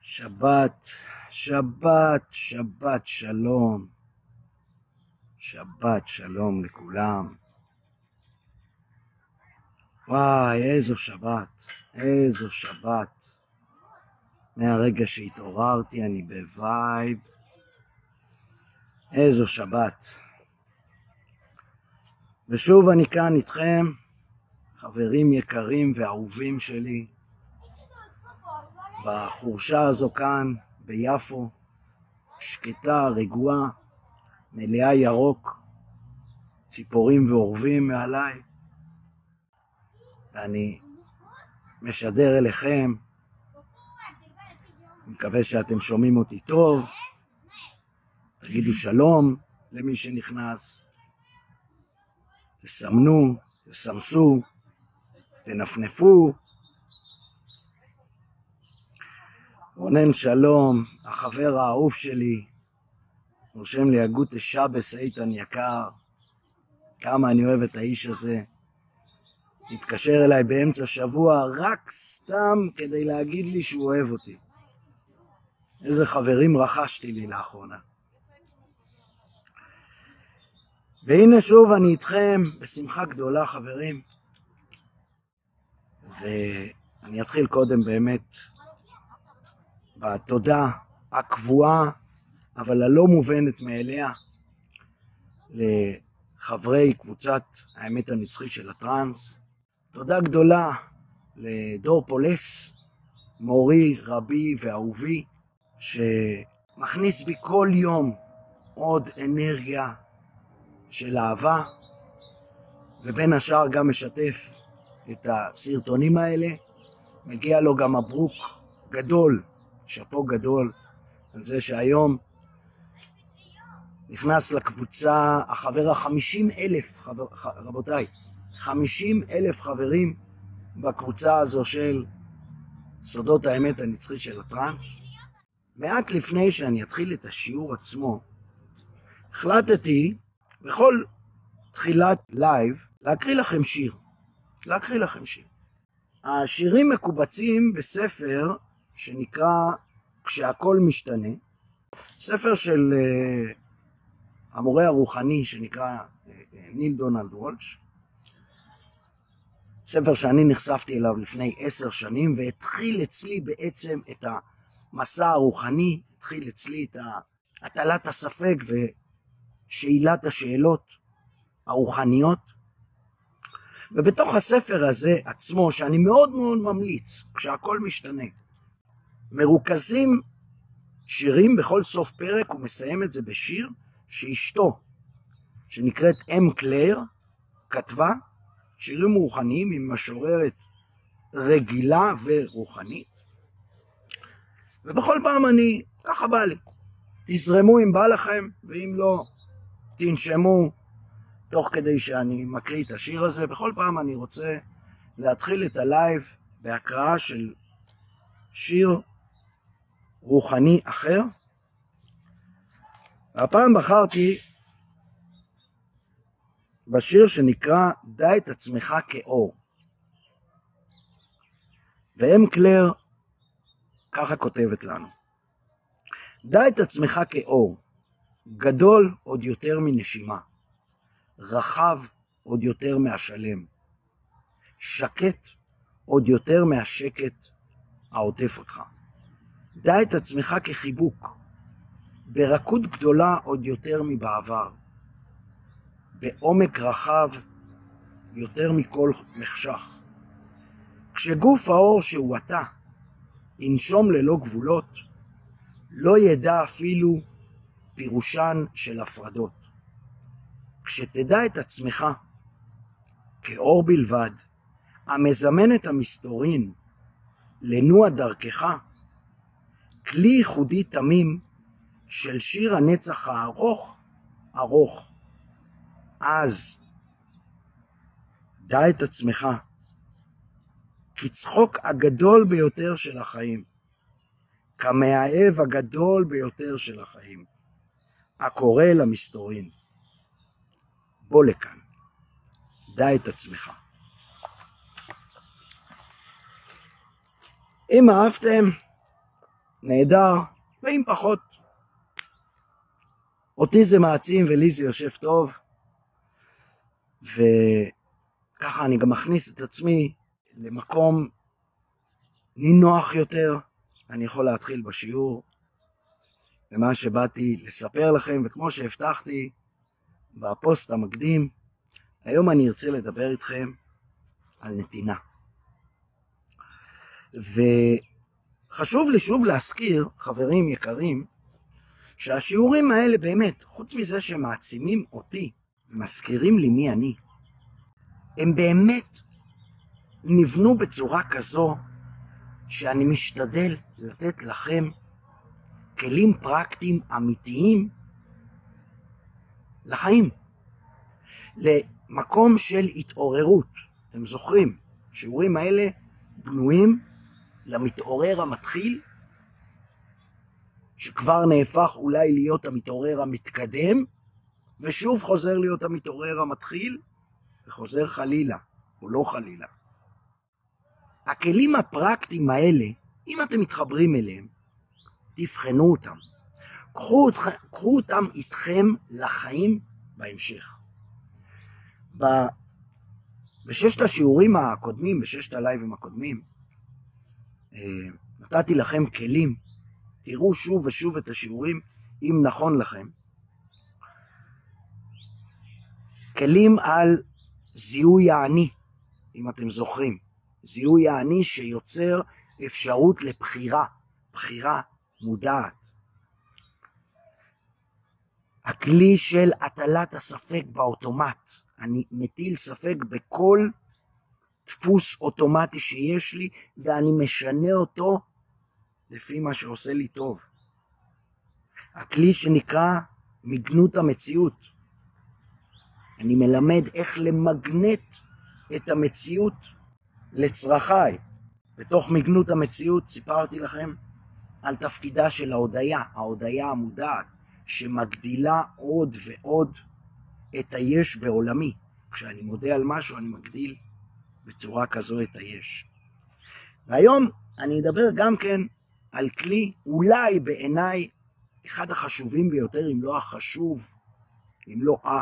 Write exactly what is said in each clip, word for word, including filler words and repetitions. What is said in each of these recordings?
שבת, שבת, שבת שלום. שבת שלום לכולם. וואי, איזו שבת, איזו שבת. מהרגע שהתעוררתי אני בווייב. איזו שבת. ושוב אני כאן איתכם, חברים יקרים ואהובים שלי, בחורשה הזו כאן ביפו, שקטה, רגועה, מלאה ירוק, ציפורים ועורבים מעליי, ואני משדר אליכם. אני מקווה שאתם שומעים אותי טוב. תגידו שלום למי שנכנס, תסמנו, תסמסו, תנפנפו. רונן שלום, החבר האהוב שלי, רושם לי הגוטה שבס איתן יקר, כמה אני אוהב את האיש הזה. התקשר אליי באמצע שבוע רק סתם כדי להגיד לי שהוא אוהב אותי. איזה חברים רכשתי לי לאחרונה. והנה שוב אני איתכם בשמחה גדולה, חברים. ואני אתחיל קודם באמת בתודה הקבועה, אבל הלא מובנת מאליה, לחברי קבוצת האמת הנצחי של הטרנס. תודה גדולה לדור פולס, מורי, רבי ואהובי, שמכניס בי כל יום עוד אנרגיה של אהבה, ובין השאר גם משתף את הסרטונים האלה. מגיע לו גם מברוק גדול, שפו גדול, על זה שהיום נכנס לקבוצה החבר ה-חמישים אלף, חבר, ח, רבותיי, חמישים אלף חברים בקבוצה הזו של סודות האמת הנצחית של הטרנס. מעט לפני שאני אתחיל את השיעור עצמו, החלטתי בכל תחילת לייב להקריא לכם שיר. להקריא לכם שיר. השירים מקובצים בספר שנקרא כשהכל משתנה, ספר של uh, המורה הרוחני שנקרא uh, ניל דונלד וולש, ספר שאני נחשפתי אליו לפני עשר שנים, והתחיל אצלי בעצם את המסע הרוחני, התחיל אצלי את הטלת הספק ושאלת השאלות הרוחניות. ובתוך הספר הזה עצמו, שאני מאוד מאוד ממליץ, כשהכל משתנה, מרוכזים שירים. בכל סוף פרק הוא מסיים את זה בשיר שאשתו, שנקראת אם קלר, כתבה. שירים רוחניים עם משוררת רגילה ורוחנית. ובכל פעם אני, ככה בא לי, תזרמו אם בא לכם, ואם לא, תנשמו תוך כדי שאני מקריא את השיר הזה. בכל פעם אני רוצה להתחיל את הלייב בהקראה של שיר רוחני אחר. והפעם בחרתי בשיר שנקרא דע את עצמך כאור. ואם קלר ככה כותבת לנו: דע את עצמך כאור, גדול עוד יותר מנשימה, רחב עוד יותר מהשלם, שקט עוד יותר מהשקט העוטף אותך. דע את עצמך כחיבוק, ברכות גדולה עוד יותר מבעבר, בעומק רחב יותר מכל מחשך. כשגוף האור שהוא אתה ינשום ללא גבולות, לא ידע אפילו פירושן של הפרדות. כשתדע את עצמך כאור בלבד, המזמן את המסתורין לנוע דרכך, כלי ייחודי תמים של שיר הנצח הארוך ארוך. אז דע את עצמך כצחוק הגדול ביותר של החיים, כמאהב הגדול ביותר של החיים, הקורא למסתורין. בוא לכאן, דע את עצמך. אם אהבתם, נהדר, ואם פחות. אותי זה מעצים ולי זה יושב טוב, וככה אני גם מכניס את עצמי למקום נינוח יותר. אני יכול להתחיל בשיעור למה שבאתי לספר לכם, וכמו שהבטחתי בפוסט המקדים, היום אני ארצה לדבר איתכם על נתינה. וחשוב לי שוב להזכיר, חברים יקרים, שהשיעורים האלה באמת, חוץ מזה שהם מעצימים אותי ומזכירים לי מי אני, הם באמת נבנו בצורה כזו שאני משתדל לתת לכם כלים פרקטיים אמיתיים לחיים, למקום של התעוררות. אתם זוכרים, השיעורים האלה בנויים למתעורר המתחיל, שכבר נהפך אולי להיות המתעורר המתקדם, ושוב חוזר להיות המתעורר המתחיל, וחוזר חלילה, או לא חלילה. הכלים הפרקטיים האלה, אם אתם מתחברים אליהם, תבחנו אותם. קחו, קחו אותם איתכם לחיים בהמשך. ב, בששת השיעורים הקודמים, בששת הלייבים הקודמים, נתתי לכם כלים. תראו שוב ושוב את השיעורים, אם נכון לכם. כלים על זיהוי האני, אם אתם זוכרים. זיהוי האני שיוצר אפשרות לבחירה, בחירה מודעת. הכלי של הטלת הספק באוטומט. אני מטיל ספק בכל דפוס אוטומטי שיש לי, ואני משנה אותו לפי מה שעושה לי טוב. הכלי שנקרא מגנות המציאות. אני מלמד איך למגנט את המציאות לצרכיי. בתוך מגנות המציאות סיפרתי לכם על תפקידה של ההודיה, ההודיה המודעת, שמגדילה עוד ועוד את היש בעולמי. כשאני מודה על משהו אני מגדיל בצורה כזו את היש. והיום אני אדבר גם כן על כלי אולי בעיניי אחד החשובים ביותר, אם לא החשוב, אם לא ה.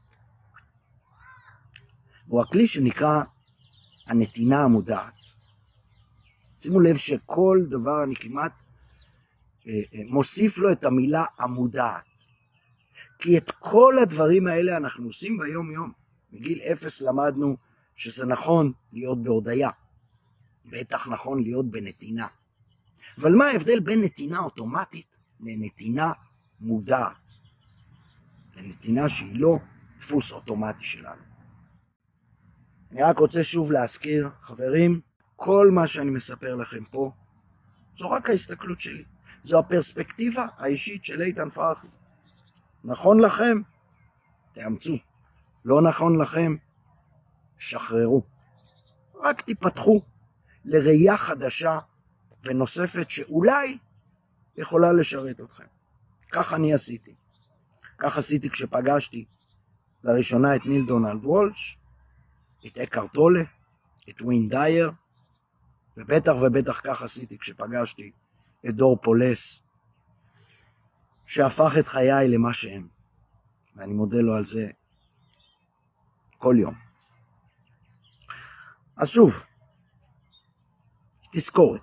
הוא הכלי שנקרא הנתינה המודעת. שימו לב שכל דבר אני כמעט אה, אה, מוסיף לו את המילה המודעת. כי את כל הדברים האלה אנחנו עושים ביום יום. מגיל אפס למדנו שזה נכון להיות בהודיה. בטח נכון להיות בנתינה. אבל מה ההבדל בין נתינה אוטומטית לנתינה מודעת? לנתינה שהיא לא דפוס אוטומטי שלנו. אני רק רוצה שוב להזכיר, חברים, כל מה שאני מספר לכם פה, זו רק ההסתכלות שלי. זו הפרספקטיבה האישית של איתן פרחי. נכון לכם? תאמצו. לא נכון לכם? שחררו. רק תיפתחו לראייה חדשה ונוספת שאולי יכולה לשרת אתכם. כך אני עשיתי. כך עשיתי כשפגשתי לראשונה את ניל דונלד וולש, את אקהרט טולה, את וויין דייר, ובטח ובטח כך עשיתי כשפגשתי את דור פולס, שהפך את חיי למה שהם. ואני מודה לו על זה כל יום. אז שוב, תזכורת.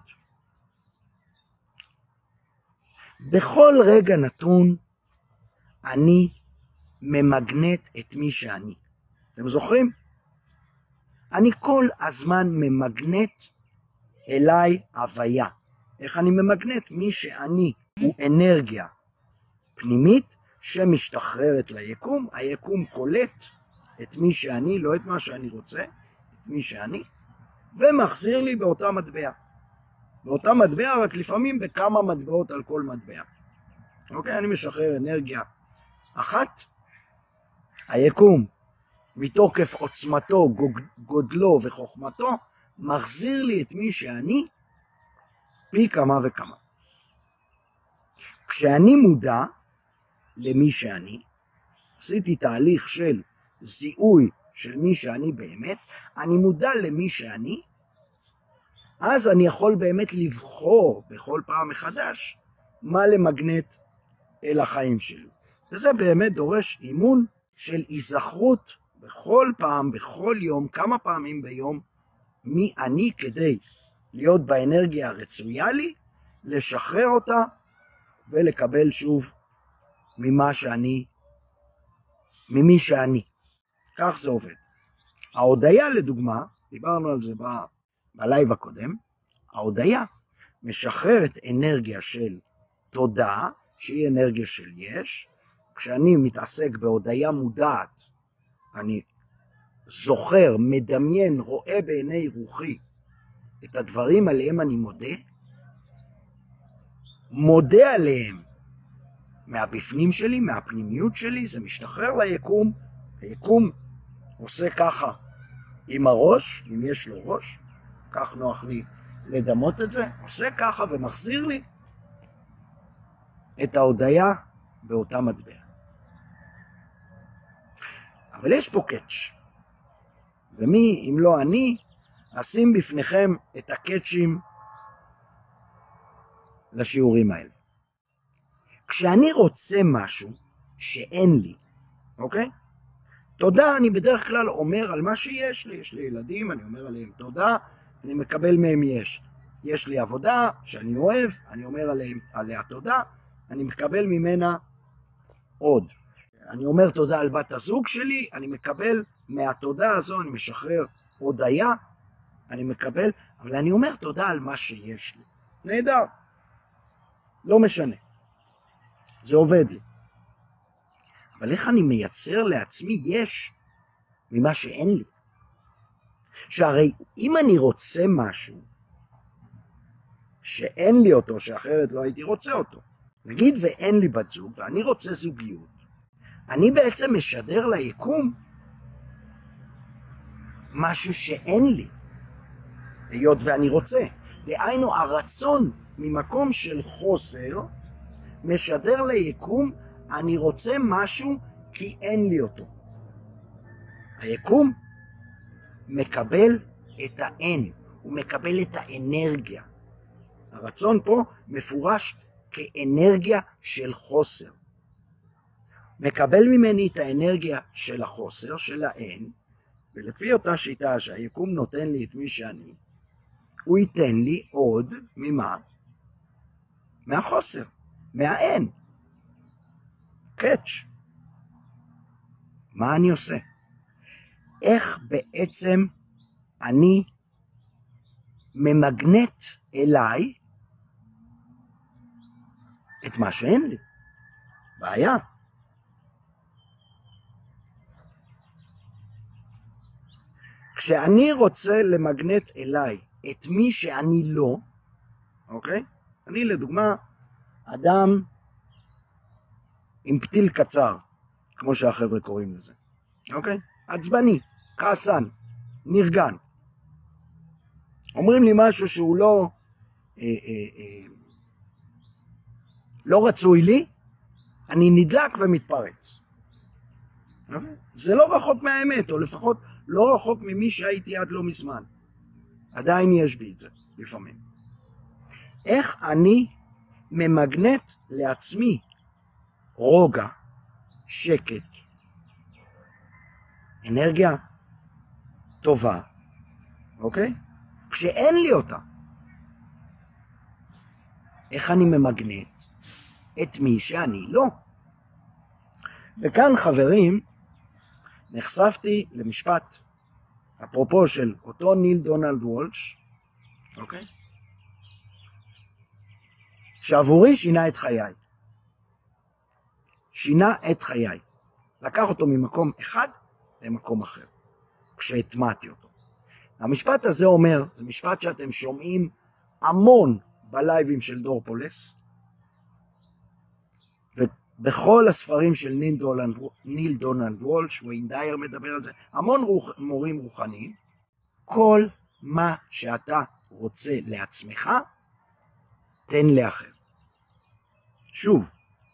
בכל רגע נתון אני ממגנט את מי שאני. אתם זוכרים? אני כל הזמן ממגנט אליי הוויה. איך אני ממגנט? מי שאני הוא אנרגיה פנימית שמשתחררת ליקום. היקום קולט את מי שאני, לא את מה שאני רוצה, את מי שאני, ומחזיר לי באותה מטבע. באותה מטבע, רק לפעמים בכמה מטבעות על כל מטבע. אוקיי, אני משחרר אנרגיה אחת, היקום מתוקף עוצמתו, גודלו וחוכמתו, מחזיר לי את מי שאני פי כמה וכמה. כשאני מודע למי שאני, עשיתי תהליך של זיהוי של מי שאני באמת, אני מודע למי שאני, אז אני יכול באמת לבחור בכל פעם מחדש מה למגנט אל החיים שלי. וזה באמת דורש אימון של היזכרות בכל פעם, בכל יום, כמה פעמים ביום, מי אני כדי להיות באנרגיה הרצויה לי, לשחרר אותה ולקבל שוב ממה שאני, ממי שאני. כך זה עובד. ההודעה לדוגמה, דיברנו על זה ב- בלייב הקודם, ההודעה משחררת אנרגיה של תודעה, שהיא אנרגיה של יש. כשאני מתעסק בהודעה מודעת, אני זוכר, מדמיין, רואה בעיני רוחי את הדברים עליהם אני מודה, מודה עליהם מהבפנים שלי, מהפנימיות שלי, זה משתחרר ליקום, היקום עושה ככה עם הראש, אם יש לו ראש, כך נוח לי לדמות את זה, עושה ככה ומחזיר לי את ההודעה באותה מטבע. אבל יש פה קאץ', ומי אם לא אני אשים בפניכם את הקאצ'ים לשיעורים האלה. כשאני רוצה משהו שאין לי, אוקיי? תודה אני בדרך כלל אומר על מה שיש לי. יש לי ילדים, אני אומר עליהם תודה, אני מקבל מהם יש. יש לי עבודה שאני אוהב, אני אומר עליהם, עליה תודה, אני מקבל ממנה עוד. אני אומר תודה על בת הזוג שלי, אני מקבל מהתודה הזו, אני משחרר הודיה, אני מקבל, אבל אני אומר תודה על מה שיש לי. נהדר. לא משנה. זה עובד לי. אבל איך אני מייצר לעצמי יש ממה שאין לי? שהרי אם אני רוצה משהו שאין לי אותו, שאחרת לא הייתי רוצה אותו, נגיד ואין לי בת זוג ואני רוצה זוגיות, אני בעצם משדר ליקום משהו שאין לי, היות ואני רוצה. דהיינו הרצון ממקום של חוסר משדר ליקום אני רוצה משהו כי אין לי אותו. היקום מקבל את האין, הוא מקבל את האנרגיה. הרצון פה מפורש כאנרגיה של חוסר. מקבל ממני את האנרגיה של החוסר, של האין, ולפי אותה שיטה שהיקום נותן לי את מי שאני, הוא ייתן לי עוד ממה? מהחוסר, מהאין. קאץ'. מה אני עושה? איך בעצם אני ממגנט אליי את מה שאין לי? בעיה. כשאני רוצה למגנט אליי את מי שאני לא, אוקיי? אני לדוגמה אדם עם פתיל קצר, כמו שהחבר'ה קוראים לזה, אוקיי? עצבני, כעסן, נרגן. אומרים לי משהו שהוא לא, אה, אה, אה, לא רצוי לי, אני נדלק ומתפרץ. אוקיי? זה לא רחוק מהאמת, או לפחות לא רחוק ממי שהייתי עד לא מזמן. עדיין יש בי את זה, לפעמים. איך אני ממגנט לעצמי רוגע, שקט, אנרגיה טובה, אוקיי? כשאין לי אותה. איך אני ממגנט את מי שאני לא? וכאן חברים, נחשפתי למשפט, אפרופו של אותו ניל דונלד וולש, אוקיי? שעבורי שינה את חיי. שינה את חיי. לקח אותו ממקום אחד למקום אחר, כשהטמעתי אותו. המשפט הזה אומר, זה משפט שאתם שומעים המון בלייבים של דורפולס, ובכל הספרים של ניל דונלד, ניל דונלד וולש, וויין דייר מדבר על זה, המון רוח, מורים רוחניים, כל מה שאתה רוצה לעצמך, תן לאחר. שוב,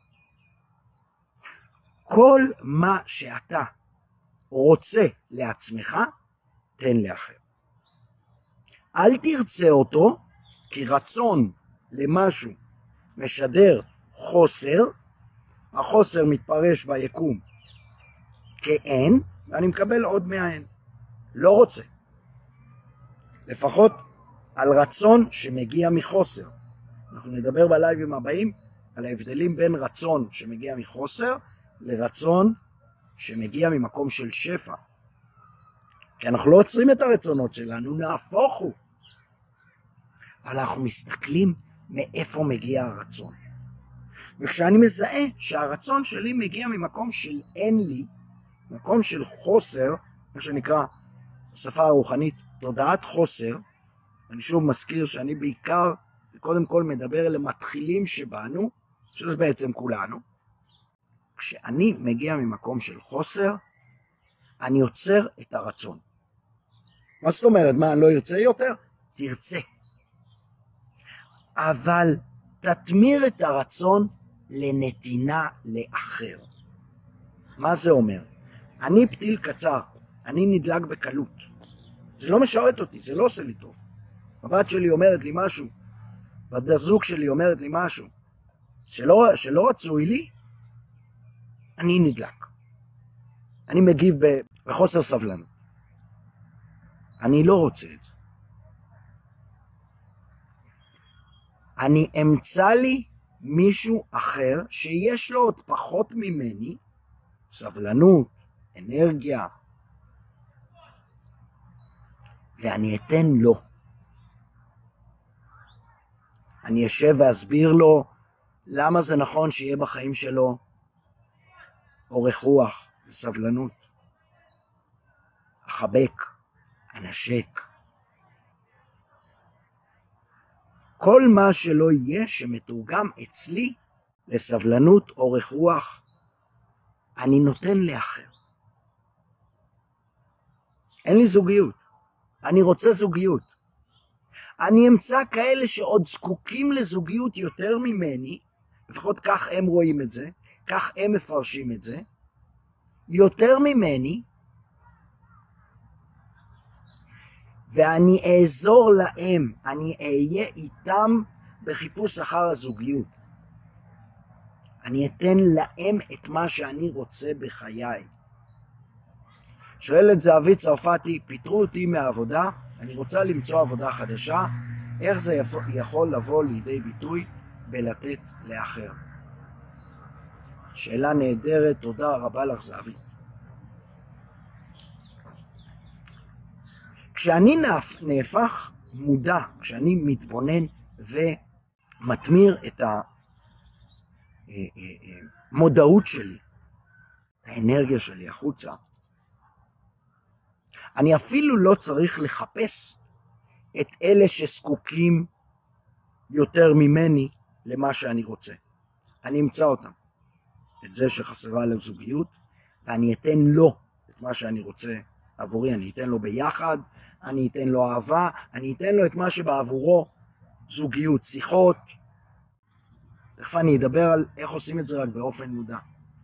כל מה שאתה רוצה לעצמך, תן לאחר. אל תרצה אותו, כי רצון למשהו משדר חוסר, החוסר מתפרש ביקום כאין, ואני מקבל עוד מהאין. לא רוצה. לפחות על רצון שמגיע מחוסר. אנחנו נדבר בלייבים הבאים על ההבדלים בין רצון שמגיע מחוסר לרצון שמגיע ממקום של שפע. כי אנחנו לא עוצרים את הרצונות שלנו, נהפוך הוא. אנחנו מסתכלים מאיפה מגיע הרצון. וכשאני מזהה שהרצון שלי מגיע ממקום של אין לי, מקום של חוסר, מה שנקרא בשפה הרוחנית תודעת חוסר, אני שוב מזכיר שאני בעיקר קודם כל מדבר אל המתחילים שבנו, שזה בעצם כולנו. כשאני מגיע ממקום של חוסר, אני עוצר את הרצון. מה זאת אומרת? מה, אני לא ארצה יותר? תרצה. אבל תתמיר את הרצון לנתינה לאחר. מה זה אומר? אני פתיל קצר, אני נדלק בקלות. זה לא משרת אותי, זה לא עושה לי טוב. הבת שלי אומרת לי משהו, בת הזוג שלי אומרת לי משהו, שלא, שלא רצוי לי, אני נדלק. אני מגיב בחוסר סבלנות. אני לא רוצה את זה. אני אמצא לי מישהו אחר שיש לו עוד פחות ממני, סבלנות, אנרגיה, ואני אתן לו. אני אשב ואסביר לו למה זה נכון שיהיה בחיים שלו אורך רוח וסבלנות. אחבק, אנשק. כל מה שלא יהיה שמתורגם אצלי לסבלנות, אורך רוח, אני נותן לאחר. אין לי זוגיות. אני רוצה זוגיות. אני אמצא כאלה שעוד זקוקים לזוגיות יותר ממני, לפחות כך הם רואים את זה, כך הם מפרשים את זה, יותר ממני, ואני אעזור להם, אני אהיה איתם בחיפוש אחר הזוגיות. אני אתן להם את מה שאני רוצה בחיי. שואלת זהבי צרפתי, פיטרו אותי מהעבודה, אני רוצה למצוא עבודה חדשה, איך זה יכול לבוא לידי ביטוי בלתת לאחר? שאלה נהדרת, תודה רבה לך זהבי. כשאני נהפך מודע, כשאני מתבונן ומתמיר את המודעות שלי, האנרגיה שלי החוצה, אני אפילו לא צריך לחפש את אלה שזקוקים יותר ממני למה שאני רוצה. אני אמצא אותם, את זה שחסרה לו זוגיות, ואני אתן לו את מה שאני רוצה עבורי. אני אתן לו ביחד, אני אתן לו אהבה, אני אתן לו את מה שבעבורו זוגיות, שיחות. תכף אני אדבר על איך עושים את זה רק באופן מודע.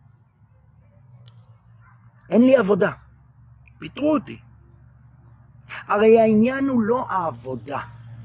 אין לי עבודה, פיטרו אותי. הרי העניין הוא לא העבודה.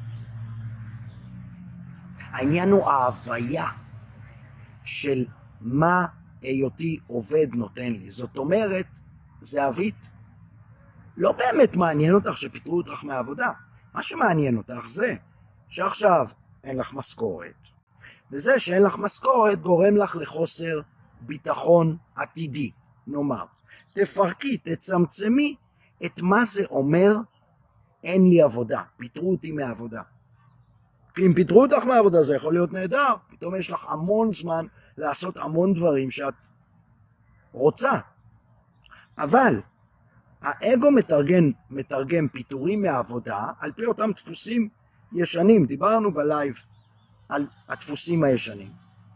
העניין הוא ההוויה של מה היותי עובד נותן לי. זאת אומרת, זהבית, לא באמת מעניין אותך שפיטרו אותך מהעבודה. מה שמעניין אותך זה שעכשיו אין לך משכורת, וזה שאין לך משכורת גורם לך לחוסר ביטחון עתידי. נאמר, תפרקי, תצמצמי את מה זה אומר אין לי עבודה, פיטרו אותי מהעבודה. כי אם פיטרו אותך מהעבודה זה יכול להיות נהדר, פתאום יש לך המון זמן לעשות המון דברים שאת רוצה. אבל האגו מתרגם, מתרגם פיטורים מהעבודה על פי אותם דפוסים ישנים. דיברנו בלייב על הדפוסים הישנים.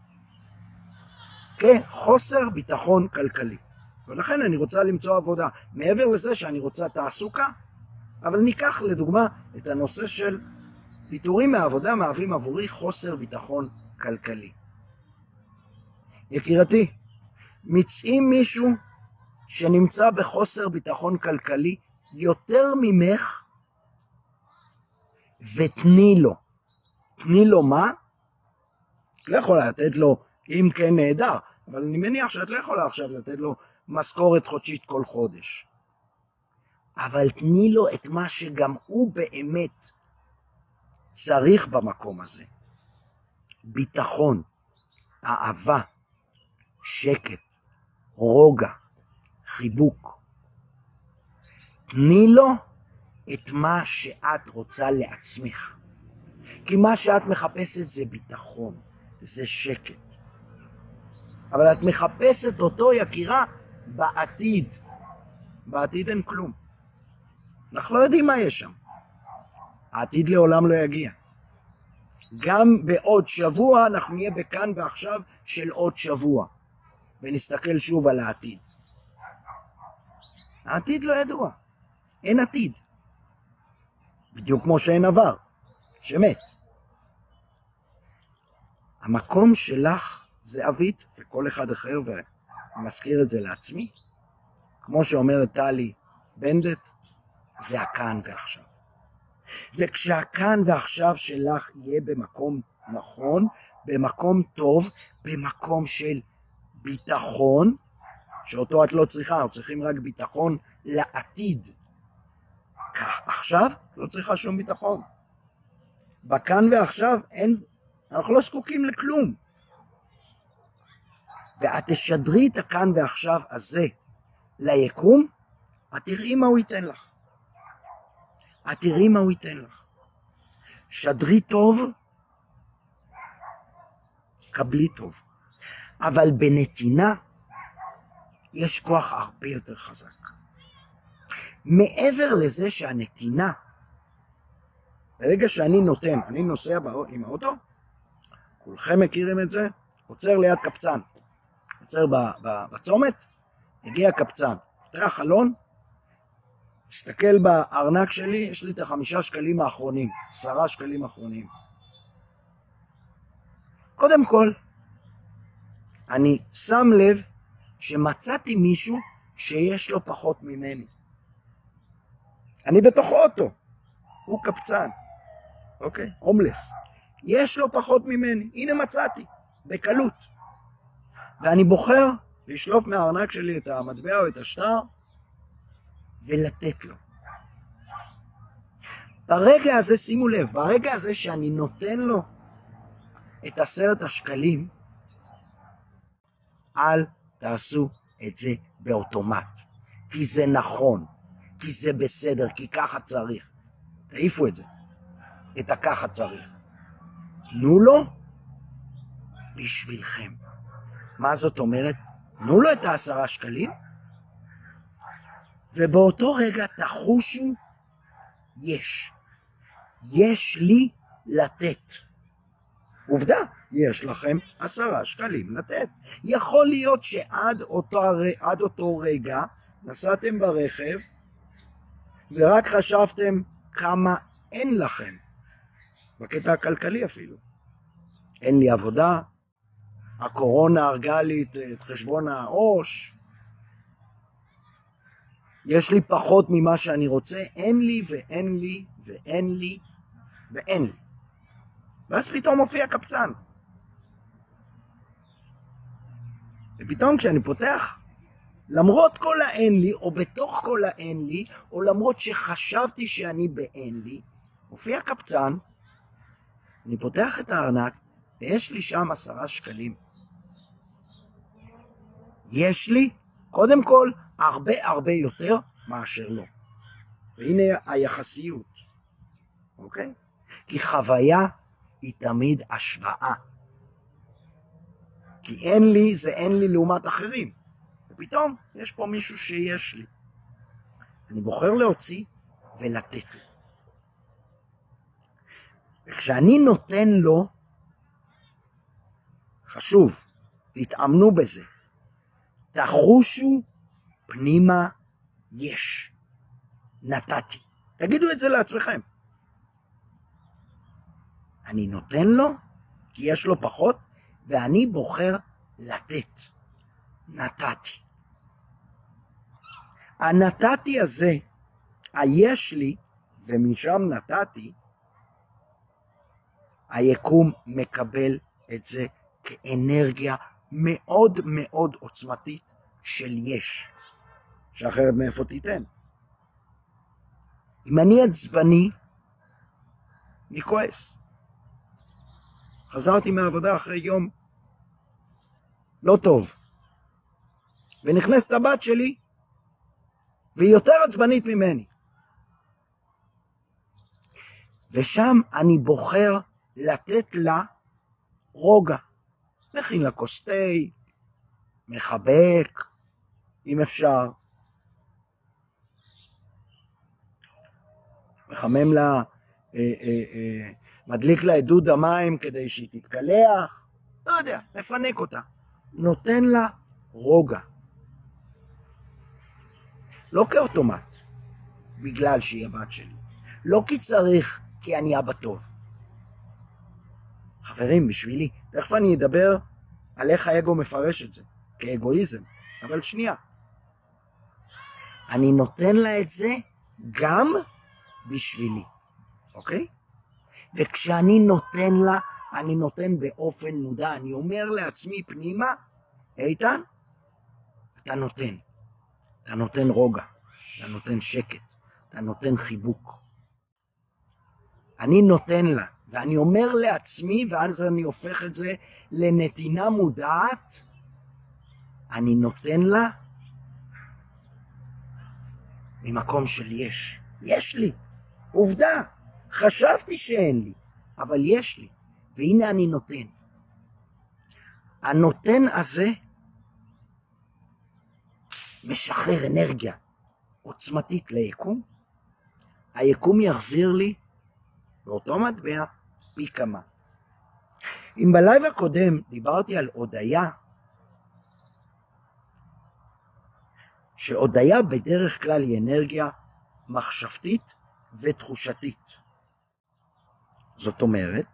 כחוסר ביטחון כלכלי. ולכן אני רוצה למצוא עבודה. מעבר לזה שאני רוצה תעסוקה, אבל ניקח לדוגמה את הנושא של פיטורים מהעבודה מהווים עבורי חוסר ביטחון כלכלי. יקירתי, מצאים מישהו שנמצא בחוסר ביטחון כלכלי יותר ממך ותני לו. תני לו מה? את לא יכולה לתת לו, אם כן נהדר, אבל אני מניח שאת לא יכולה עכשיו לתת לו משכורת חודשית כל חודש. אבל תני לו את מה שגם הוא באמת צריך במקום הזה. ביטחון, אהבה, שקט, רוגע, חיבוק. תני לו את מה שאת רוצה לעצמך. כי מה שאת מחפשת זה ביטחון, זה שקט. אבל את מחפשת אותו יקירה בעתיד. בעתיד אין כלום. אנחנו לא יודעים מה יש שם. העתיד לעולם לא יגיע. גם בעוד שבוע אנחנו נהיה בכאן ועכשיו של עוד שבוע. ונסתכל שוב על העתיד. העתיד לא ידוע. אין עתיד. בדיוק כמו שאין עבר. שמת. המקום שלך זה אבית, וכל אחד אחר, ואני מזכיר את זה לעצמי. כמו שאומרת טלי בנדט, זה הכאן ועכשיו. וכשהכאן ועכשיו שלך יהיה במקום נכון, במקום טוב, במקום של ביטחון, שאותו את לא צריכה, את צריכים רק ביטחון לעתיד. כך, עכשיו לא צריכה שום ביטחון. בכאן ועכשיו אין, אנחנו לא זקוקים לכלום. ואת תשדרי את הכאן ועכשיו הזה ליקום, את תראי מה הוא ייתן לך. את תראי מה הוא ייתן לך. שדרי טוב, קבלי טוב. אבל בנתינה יש כוח הרבה יותר חזק. מעבר לזה שהנתינה, ברגע שאני נותן, אני נוסע עם האוטו, כולכם מכירים את זה, עוצר ליד קפצן. עוצר בצומת, הגיע קפצן. פותח חלון, מסתכל בארנק שלי, יש לי את החמישה שקלים האחרונים, עשרה שקלים האחרונים. קודם כל, אני שם לב שמצאתי מישהו שיש לו פחות ממני. אני בתוך אוטו, הוא קפצן, אוקיי? הומלס. יש לו פחות ממני, הנה מצאתי, בקלות. ואני בוחר לשלוף מהארנק שלי את המטבע או את השטר, ולתת לו. ברגע הזה, שימו לב, ברגע הזה שאני נותן לו את עשרת השקלים, אל תעשו את זה באוטומט. כי זה נכון, כי זה בסדר, כי ככה צריך. תעיפו את זה. את הככה צריך. תנו לו בשבילכם. מה זאת אומרת? תנו לו את העשרה שקלים, ובאותו רגע תחושו, יש. יש לי לתת. עובדה, יש לכם עשרה שקלים לתת. יכול להיות שעד אותו, עד אותו רגע נסעתם ברכב, ורק חשבתם כמה אין לכם. בקטע הכלכלי אפילו. אין לי עבודה, הקורונה הרגה לי את, את חשבון העו"ש, יש לי פחות ממה שאני רוצה, אין לי ואין לי ואין לי ואין לי. ואז פתאום מופיע קפצן. ופתאום כשאני פותח, למרות כל האין לי, או בתוך כל האין לי, או למרות שחשבתי שאני באין לי, מופיע קפצן, אני פותח את הארנק, ויש לי שם עשרה שקלים. יש לי, קודם כל, הרבה הרבה יותר מאשר לא. והנה היחסיות. אוקיי? כי חוויה היא תמיד השוואה. כי אין לי זה אין לי לעומת אחרים. ופתאום יש פה מישהו שיש לי. אני בוחר להוציא ולתת לו. וכשאני נותן לו, חשוב, תתאמנו בזה. תחושו פנימה יש. נתתי. תגידו את זה לעצמכם. אני נותן לו, כי יש לו פחות, ואני בוחר לתת. נתתי. הנתתי הזה, היש לי, ומשם נתתי, היקום מקבל את זה כאנרגיה מאוד מאוד עוצמתית של יש, שאחרת מאיפה תיתן. אם אני עצבני, אני כועס. חזרתי מהעבודה אחרי יום לא טוב, ונכנסת הבת שלי, והיא יותר עצבנית ממני. ושם אני בוחר לתת לה רוגע. מכין לה כוס תה, מחבק, אם אפשר. מחמם לה, אה, אה, אה, מדליק לה את דוד המים כדי שהיא תתקלח. לא יודע, מפנק אותה. נותן לה רוגע. לא כאוטומט, בגלל שהיא הבת שלי. לא כי צריך, כי אני אבא טוב. חברים, בשבילי, תכף אני אדבר על איך האגו מפרש את זה, כאגואיזם. אבל שנייה. אני נותן לה את זה גם בשבילי, אוקיי? וכשאני נותן לה, אני נותן באופן מודע. אני אומר לעצמי פנימה, איתן, אתה נותן. אתה נותן רוגע, אתה נותן שקט, אתה נותן חיבוק. אני נותן לה, ואני אומר לעצמי, ואז אני הופך את זה לנתינה מודעת, אני נותן לה ממקום של יש. יש לי, עובדה, חשבתי שאין לי, אבל יש לי, והנה אני נותן. הנותן הזה משחרר אנרגיה עוצמתית ליקום. היקום יחזיר לי באותו מטבע פי כמה. אם בלייב הקודם דיברתי על הודיה, שהודיה בדרך כלל היא אנרגיה מחשבתית ותחושתית. זאת אומרת,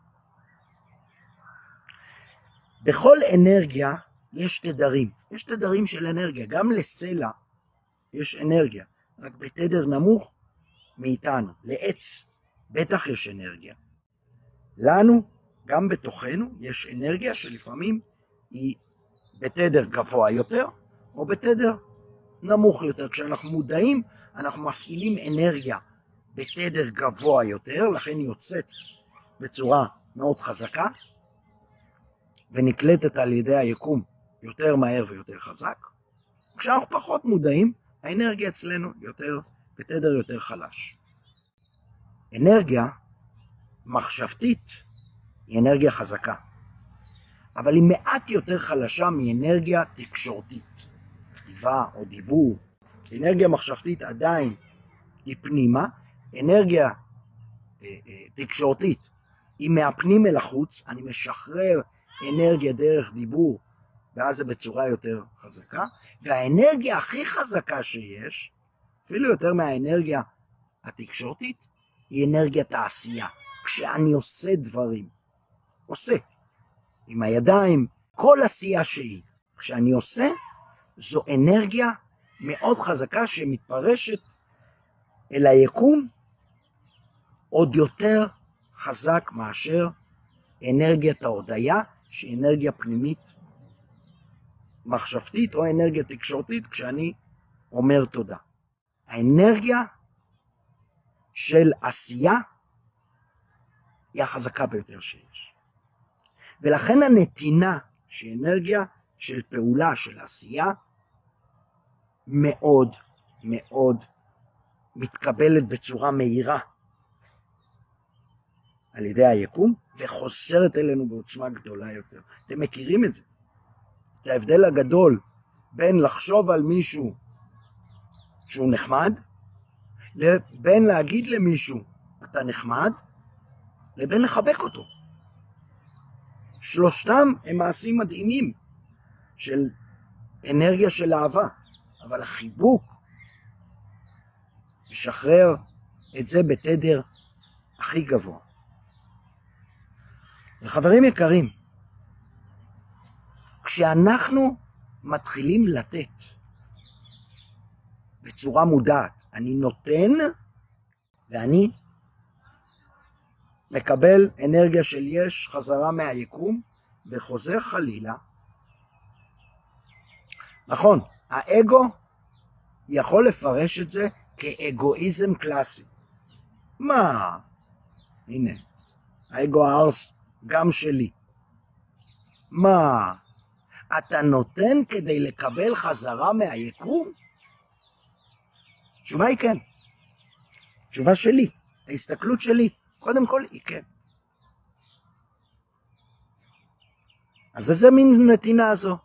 בכל אנרגיה יש תדרים. יש תדרים של אנרגיה. גם לסלע יש אנרגיה, רק בתדר נמוך מאיתנו. לעץ בטח יש אנרגיה. לנו, גם בתוכנו, יש אנרגיה שלפעמים היא בתדר גבוה יותר, או בתדר נמוך יותר. כשאנחנו מודעים, אנחנו מפעילים אנרגיה בתדר גבוה יותר, לכן היא יוצאת בצורה מאוד חזקה, ונקלטת על ידי היקום יותר מהר ויותר חזק. כשאנחנו פחות מודעים, האנרגיה אצלנו יותר בתדר יותר חלש. אנרגיה מחשבתית היא אנרגיה חזקה, אבל היא מעט יותר חלשה מאנרגיה תקשורתית, כתיבה או דיבור. כי אנרגיה מחשבתית עדיין היא פנימה, אנרגיה אה, אה, תקשורתית היא מהפנים אל החוץ, אני משחרר אנרגיה דרך דיבור, ואז זה בצורה יותר חזקה. והאנרגיה הכי חזקה שיש, אפילו יותר מהאנרגיה התקשורתית, היא אנרגיית העשייה. כשאני עושה דברים, עושה, עם הידיים, כל עשייה שהיא, כשאני עושה, זו אנרגיה מאוד חזקה שמתפרשת אל היקום עוד יותר חזק מאשר אנרגיית ההודיה, שהיא אנרגיה פנימית מחשבתית או אנרגיה תקשורתית כשאני אומר תודה. האנרגיה של עשייה היא החזקה ביותר שיש. ולכן הנתינה שהיא אנרגיה של פעולה, של עשייה, מאוד מאוד מתקבלת בצורה מהירה על ידי היקום, וחוזרת אלינו בעוצמה גדולה יותר. אתם מכירים את זה. את ההבדל הגדול בין לחשוב על מישהו שהוא נחמד, לבין להגיד למישהו אתה נחמד, לבין לחבק אותו. שלושתם הם מעשים מדהימים של אנרגיה של אהבה, אבל החיבוק משחרר את זה בתדר הכי גבוה. וחברים יקרים, כשאנחנו מתחילים לתת בצורה מודעת, אני נותן ואני מקבל אנרגיה של יש חזרה מהיקום, וחוזר חלילה. נכון, האגו יכול לפרש את זה כאגואיזם קלאסי. מה? הנה, האגו הארס גם שלי. מה? אתה נותן כדי לקבל חזרה מהיקום? תשובה היא כן. תשובה שלי, ההסתכלות שלי, קודם כל היא כן. אז איזה מין נתינה הזו?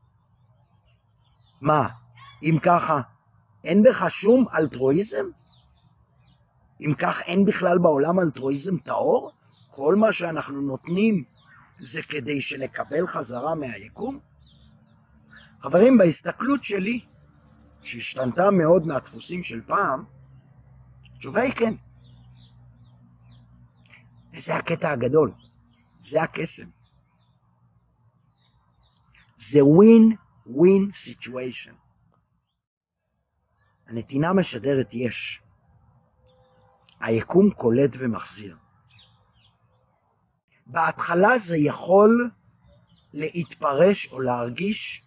מה, אם ככה, אין בך שום אלטרואיזם? אם כך אין בכלל בעולם אלטרואיזם טהור? כל מה שאנחנו נותנים זה כדי שנקבל חזרה מהיקום? חברים, בהסתכלות שלי, שהשתנתה מאוד מהדפוסים של פעם, התשובה היא כן. וזה הקטע הגדול, זה הקסם. זה win-win situation. הנתינה משדרת יש. היקום קולט ומחזיר. בהתחלה זה יכול להתפרש או להרגיש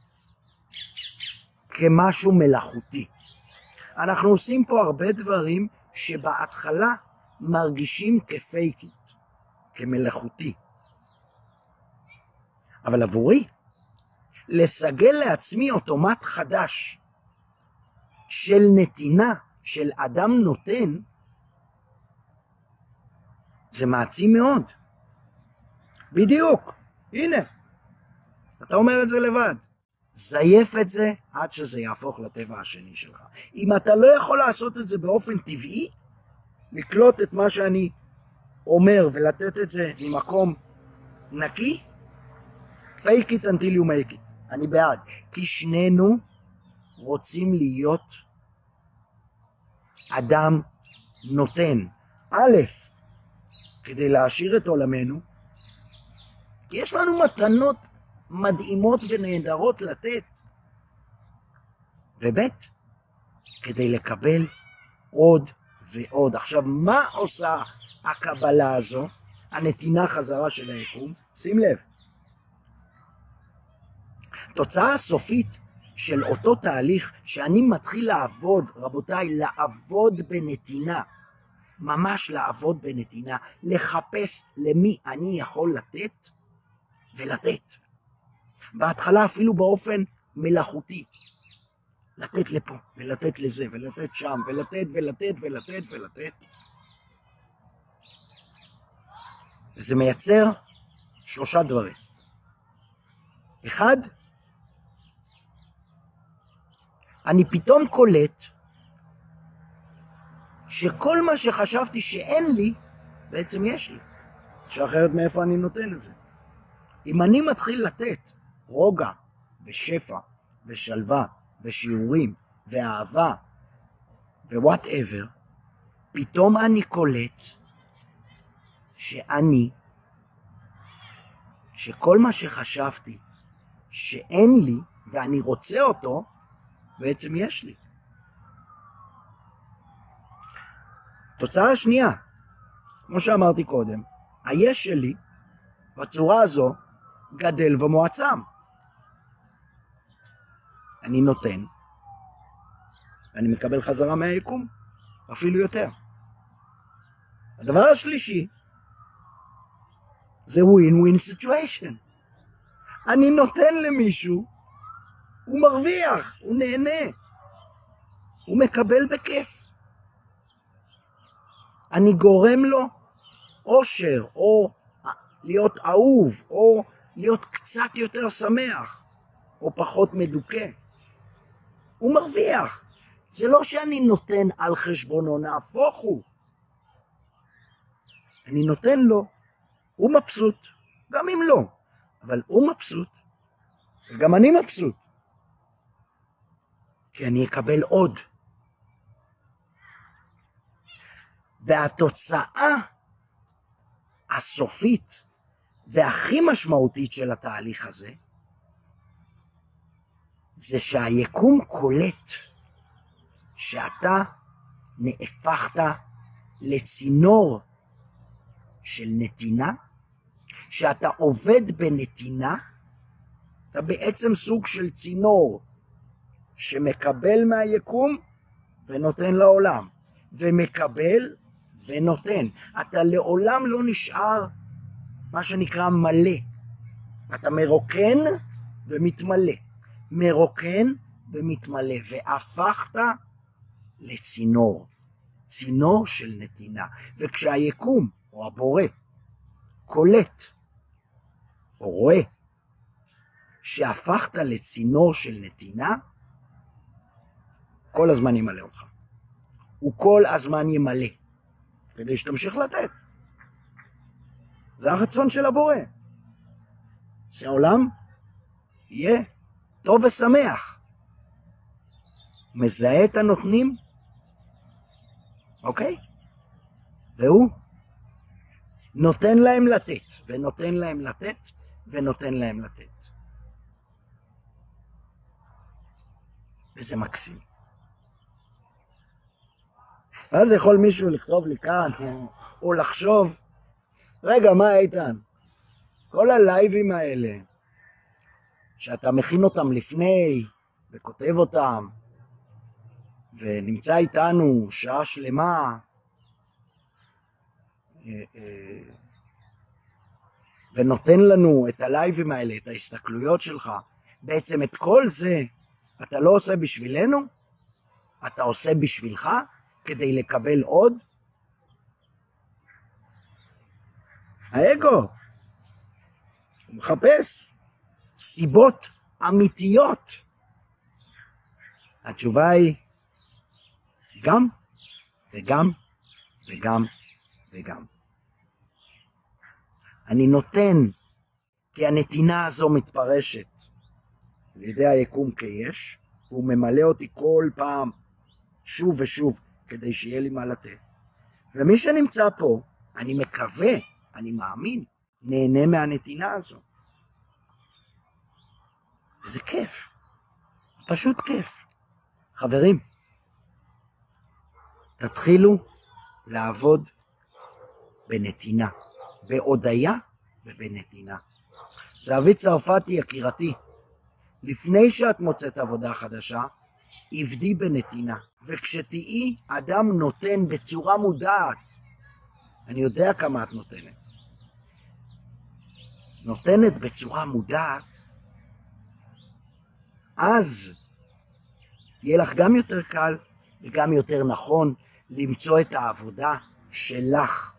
כמשהו מלאכותי. אנחנו עושים פה הרבה דברים שבהתחלה מרגישים כפייקי, כמלאכותי. אבל עבורי, לסגל לעצמי אוטומט חדש של נתינה, של אדם נותן, זה מעצים מאוד. בדיוק, הנה, אתה אומר את זה לבד. זייף את זה עד שזה יהפוך לטבע השני שלך. אם אתה לא יכול לעשות את זה באופן טבעי, לקלוט את מה שאני אומר ולתת את זה ממקום נקי, fake it until you make it. אני בעד. כי שנינו רוצים להיות אדם נותן. א', כדי להעשיר את עולמנו, כי יש לנו מתנות מדהימות ונהדרות לתת. וב', כדי לקבל עוד ועוד. עכשיו, מה עושה הקבלה הזו, הנתינה חזרה של היקום? שים לב. תוצאה הסופית של אותו תהליך שאני מתחיל לעבוד, רבותיי, לעבוד בנתינה, ממש לעבוד בנתינה, לחפש למי אני יכול לתת ולתת. בהתחלה אפילו באופן מלאכותי. לתת לפה, ולתת לזה, ולתת שם, ולתת, ולתת, ולתת, ולתת. וזה מייצר שלושה דברים. אחד, אני פתאום קולט שכל מה שחשבתי שאין לי, בעצם יש לי. שאחרת מאיפה אני נותן את זה. אם אני מתחיל לתת רוגע ושפע ושלווה ושיעורים ואהבה ו-whatever, פתאום אני קולט שאני, שכל מה שחשבתי שאין לי ואני רוצה אותו, בעצם יש לי. תוצאה השנייה, כמו שאמרתי קודם, היש שלי בצורה הזו גדל ומועצם. אני נותן, אני מקבל חזרה מהיקום, אפילו יותר. הדבר השלישי, זה win-win situation. אני נותן למישהו, הוא מרוויח, הוא נהנה, הוא מקבל בכיף. אני גורם לו אושר, או להיות אהוב, או להיות קצת יותר שמח, או פחות מדוכא. הוא מרוויח. זה לא שאני נותן על חשבונו, נהפוך הוא. אני נותן לו, הוא מבסוט, גם אם לא, אבל הוא מבסוט, וגם אני מבסוט. כי אני אקבל עוד. והתוצאה הסופית והכי משמעותית של התהליך הזה, זה שהיקום קולט שאתה נהפכת לצינור של נתינה, שאתה עובד בנתינה, אתה בעצם סוג של צינור שמקבל מהיקום ונותן לעולם, ומקבל ונותן. אתה לעולם לא נשאר מה שנקרא מלא. אתה מרוקן ומתמלא, מרוקן ומתמלא, והפכת לצינור, צינור של נתינה. וכשהיקום או הבורא קולט או רואה שהפכת לצינור של נתינה, כל הזמן ימלא אותך. הוא כל הזמן ימלא, כדי שתמשיך לתת. זה הרצון של הבורא. שהעולם יהיה טוב ושמח. מזהה את הנותנים, אוקיי? והוא נותן להם לתת, ונותן להם לתת, ונותן להם לתת. וזה מקסים. ואז יכול מישהו לכתוב לי כאן, או, או לחשוב, רגע, מה איתן? כל הלייבים האלה, שאתה מכין אותם לפני, וכותב אותם, ונמצא איתנו שעה שלמה, ונותן לנו את הלייבים האלה, את ההסתכלויות שלך, בעצם את כל זה, אתה לא עושה בשבילנו, אתה עושה בשבילך, כדי לקבל עוד. האגו, הוא מחפש סיבות אמיתיות. התשובה היא גם וגם וגם וגם. אני נותן כי הנתינה הזו מתפרשת על ידי היקום כיש, והוא ממלא אותי כל פעם שוב ושוב כדי שיהיה לי מה לתת. ומי שנמצא פה, אני מקווה, אני מאמין, נהנה מהנתינה הזו. וזה כיף, פשוט כיף. חברים, תתחילו לעבוד בנתינה, בהודיה ובנתינה. זהבית צרפתי יקירתי, לפני שאת מוצאת עבודה חדשה, עבדי בנתינה. וכשתהי אדם נותן בצורה מודעת, אני יודע כמה את נותנת, נותנת בצורה מודעת, אז יהיה לך גם יותר קל וגם יותר נכון למצוא את העבודה שלך.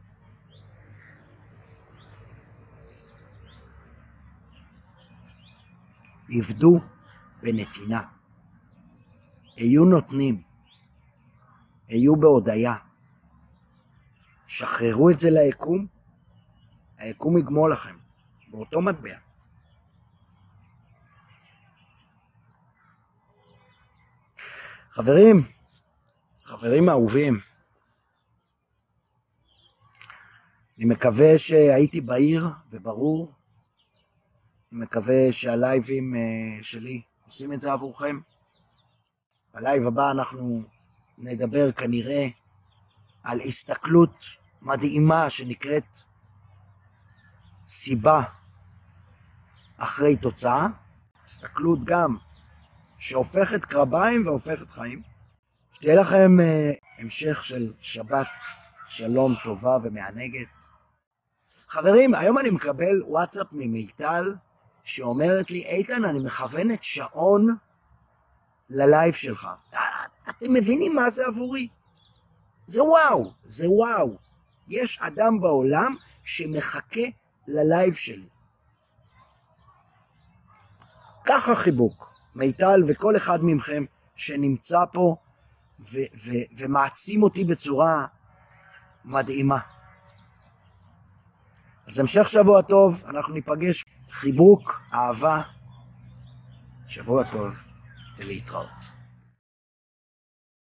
עבדו בנתינה. היו נותנים, היו בהודיה, שחררו את זה ליקום, היקום יגמול לכם, באותו מטבע. חברים, חברים אהובים, אני מקווה שהייתי בהיר וברור, אני מקווה שהלייבים שלי עושים את זה עבורכם. בלייב הבא אנחנו נדבר כנראה על הסתכלות מדהימה שנקראת סיבה אחרי תוצאה, הסתכלות גם שהופכת קרביים והופכת חיים. שתהיה לכם uh, המשך של שבת שלום טובה ומענגת. חברים, היום אני מקבל וואטסאפ ממיטל שאומרת לי, איתן, אני מכוונת שעון ללייב שלך. אתם מבינים מה זה עבורי? זה וואו, זה וואו. יש אדם בעולם שמחכה ללייב שלי. ככה חיבוק, מיטל וכל אחד מכם שנמצא פה ו- ו- ומעצים אותי בצורה מדהימה. אז המשך שבוע טוב, אנחנו ניפגש. חיבוק, אהבה, שבוע טוב ולהתראות.